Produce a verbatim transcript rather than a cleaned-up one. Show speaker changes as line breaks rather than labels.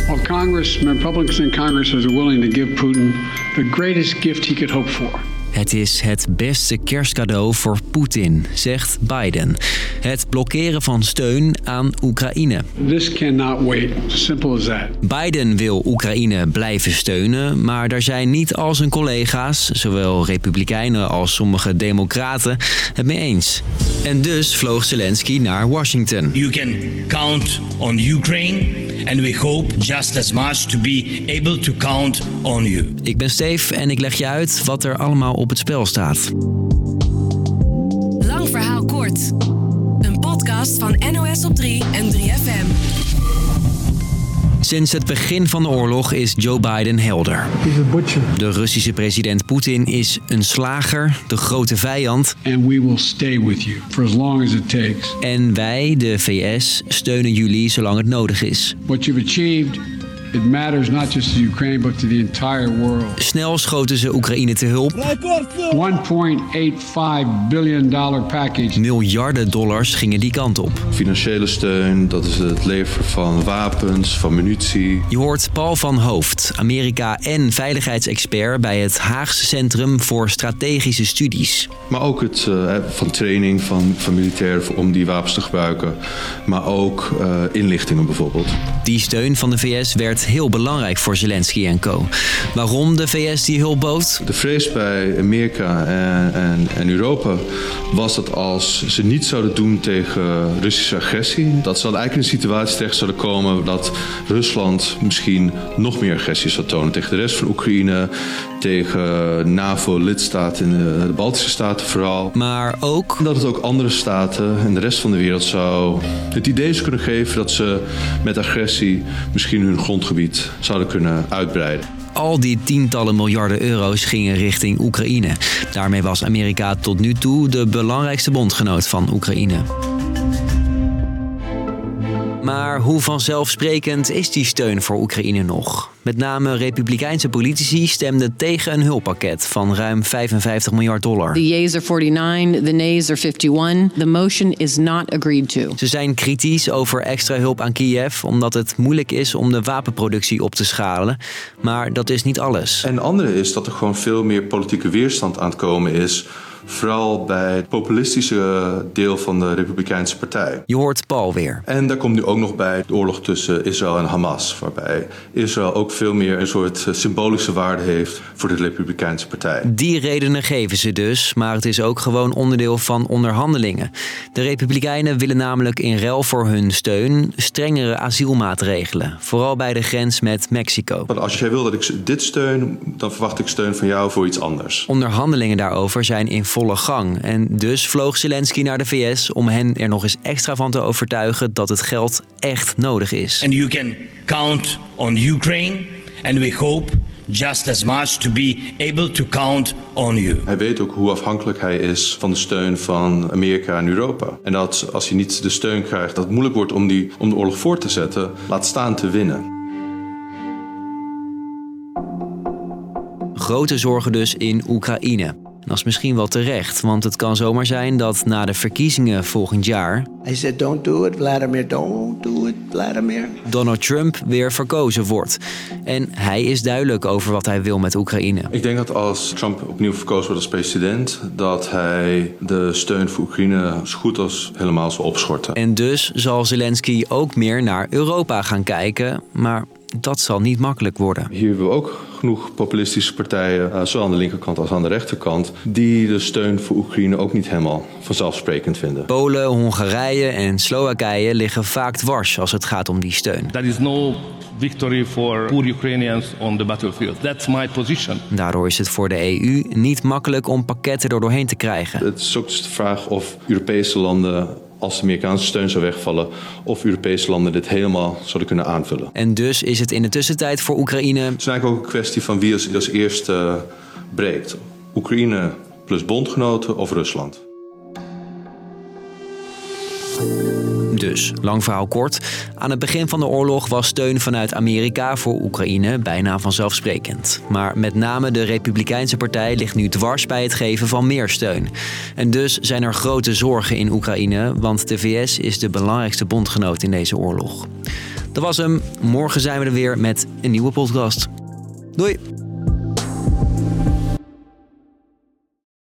Well, Congress, Republicans in Congress are willing to give Putin the greatest gift he could hope for.
Het is het beste kerstcadeau voor Poetin, zegt Biden. Het blokkeren van steun aan Oekraïne.
This cannot wait. Simple as that.
Biden wil Oekraïne blijven steunen, maar daar zijn niet al zijn collega's, zowel republikeinen als sommige democraten, het mee eens. En dus vloog Zelensky naar Washington.
You can count on Ukraine and we hope just as much to be able to count on you.
Ik ben Steve en ik leg je uit wat er allemaal op het spel staat.
Lang verhaal kort. Een podcast van N O S op drie en drie F M.
Sinds het begin van de oorlog is Joe Biden helder. De Russische president Poetin is een slager, de grote vijand.
And we will stay with you for as long as it takes.
En wij, de V S, steunen jullie zolang het nodig is.
What you've achieved, it matters not just to Ukraine, but to the entire world.
Snel schoten ze Oekraïne te hulp.
one point eight five billion dollar package.
Miljarden dollars gingen die kant op.
Financiële steun, dat is het leveren van wapens, van munitie.
Je hoort Paul van Hoofd, Amerika- en veiligheidsexpert bij het Haagse Centrum voor Strategische Studies.
Maar ook het uh, van training van, van militairen om die wapens te gebruiken. Maar ook uh, inlichtingen bijvoorbeeld.
Die steun van de V S werd heel belangrijk voor Zelensky en co. Waarom de V S die hulp bood?
De vrees bij Amerika en, en, en Europa was dat als ze niet zouden doen tegen Russische agressie, dat ze dan eigenlijk in een situatie terecht zouden komen dat Rusland misschien nog meer agressie zou tonen tegen de rest van Oekraïne, tegen NAVO-lidstaten in de Baltische Staten vooral.
Maar ook
dat het ook andere staten en de rest van de wereld zou het idee zou kunnen geven dat ze met agressie misschien hun grondgebied zouden kunnen uitbreiden.
Al die tientallen miljarden euro's gingen richting Oekraïne. Daarmee was Amerika tot nu toe de belangrijkste bondgenoot van Oekraïne. Maar hoe vanzelfsprekend is die steun voor Oekraïne nog? Met name republikeinse politici stemden tegen een hulppakket van ruim vijfenvijftig miljard dollar.
The yeas are forty-nine, the nays are fifty-one. The motion is not agreed to.
Ze zijn kritisch over extra hulp aan Kiev, omdat het moeilijk is om de wapenproductie op te schalen. Maar dat is niet alles.
En het andere is dat er gewoon veel meer politieke weerstand aan het komen is, vooral bij het populistische deel van de Republikeinse Partij.
Je hoort Paul weer.
En daar komt nu ook nog bij de oorlog tussen Israël en Hamas, waarbij Israël ook veel meer een soort symbolische waarde heeft voor de Republikeinse Partij.
Die redenen geven ze dus, maar het is ook gewoon onderdeel van onderhandelingen. De Republikeinen willen namelijk in ruil voor hun steun strengere asielmaatregelen, vooral bij de grens met Mexico.
Want als jij wil dat ik dit steun, dan verwacht ik steun van jou voor iets anders.
Onderhandelingen daarover zijn in volle gang en dus vloog Zelensky naar de V S om hen er nog eens extra van te overtuigen dat het geld echt nodig is.
And you can count on Ukraine and we hope just as much to be able to count on you.
Hij weet ook hoe afhankelijk hij is van de steun van Amerika en Europa. En dat als hij niet de steun krijgt, dat het moeilijk wordt om, die, om de oorlog voort te zetten, laat staan te winnen.
Grote zorgen dus in Oekraïne. En dat is misschien wel terecht, want het kan zomaar zijn dat na de verkiezingen volgend jaar
I said, don't do it, Vladimir, don't do it, Vladimir.
Donald Trump weer verkozen wordt. En hij is duidelijk over wat hij wil met Oekraïne.
Ik denk dat als Trump opnieuw verkozen wordt als president, dat hij de steun voor Oekraïne zo goed als helemaal zal opschorten.
En dus zal Zelensky ook meer naar Europa gaan kijken, maar dat zal niet makkelijk worden.
Hier hebben we ook genoeg populistische partijen, zowel aan de linkerkant als aan de rechterkant, die de steun voor Oekraïne ook niet helemaal vanzelfsprekend vinden.
Polen, Hongarije en Slowakije liggen vaak dwars als het gaat om die steun.
There is no victory for poor Ukrainians on the battlefield. That's my position.
Daardoor is het voor de E U niet makkelijk om pakketten er doorheen te krijgen.
Het is ook dus de vraag of Europese landen, als de Amerikaanse steun zou wegvallen, of Europese landen dit helemaal zouden kunnen aanvullen.
En dus is het in de tussentijd voor Oekraïne
Het is eigenlijk ook een kwestie van wie als, als eerste breekt. Oekraïne plus bondgenoten of Rusland.
Dus, lang verhaal kort. Aan het begin van de oorlog was steun vanuit Amerika voor Oekraïne bijna vanzelfsprekend. Maar met name de Republikeinse Partij ligt nu dwars bij het geven van meer steun. En dus zijn er grote zorgen in Oekraïne, want de V S is de belangrijkste bondgenoot in deze oorlog. Dat was hem. Morgen zijn we er weer met een nieuwe podcast. Doei!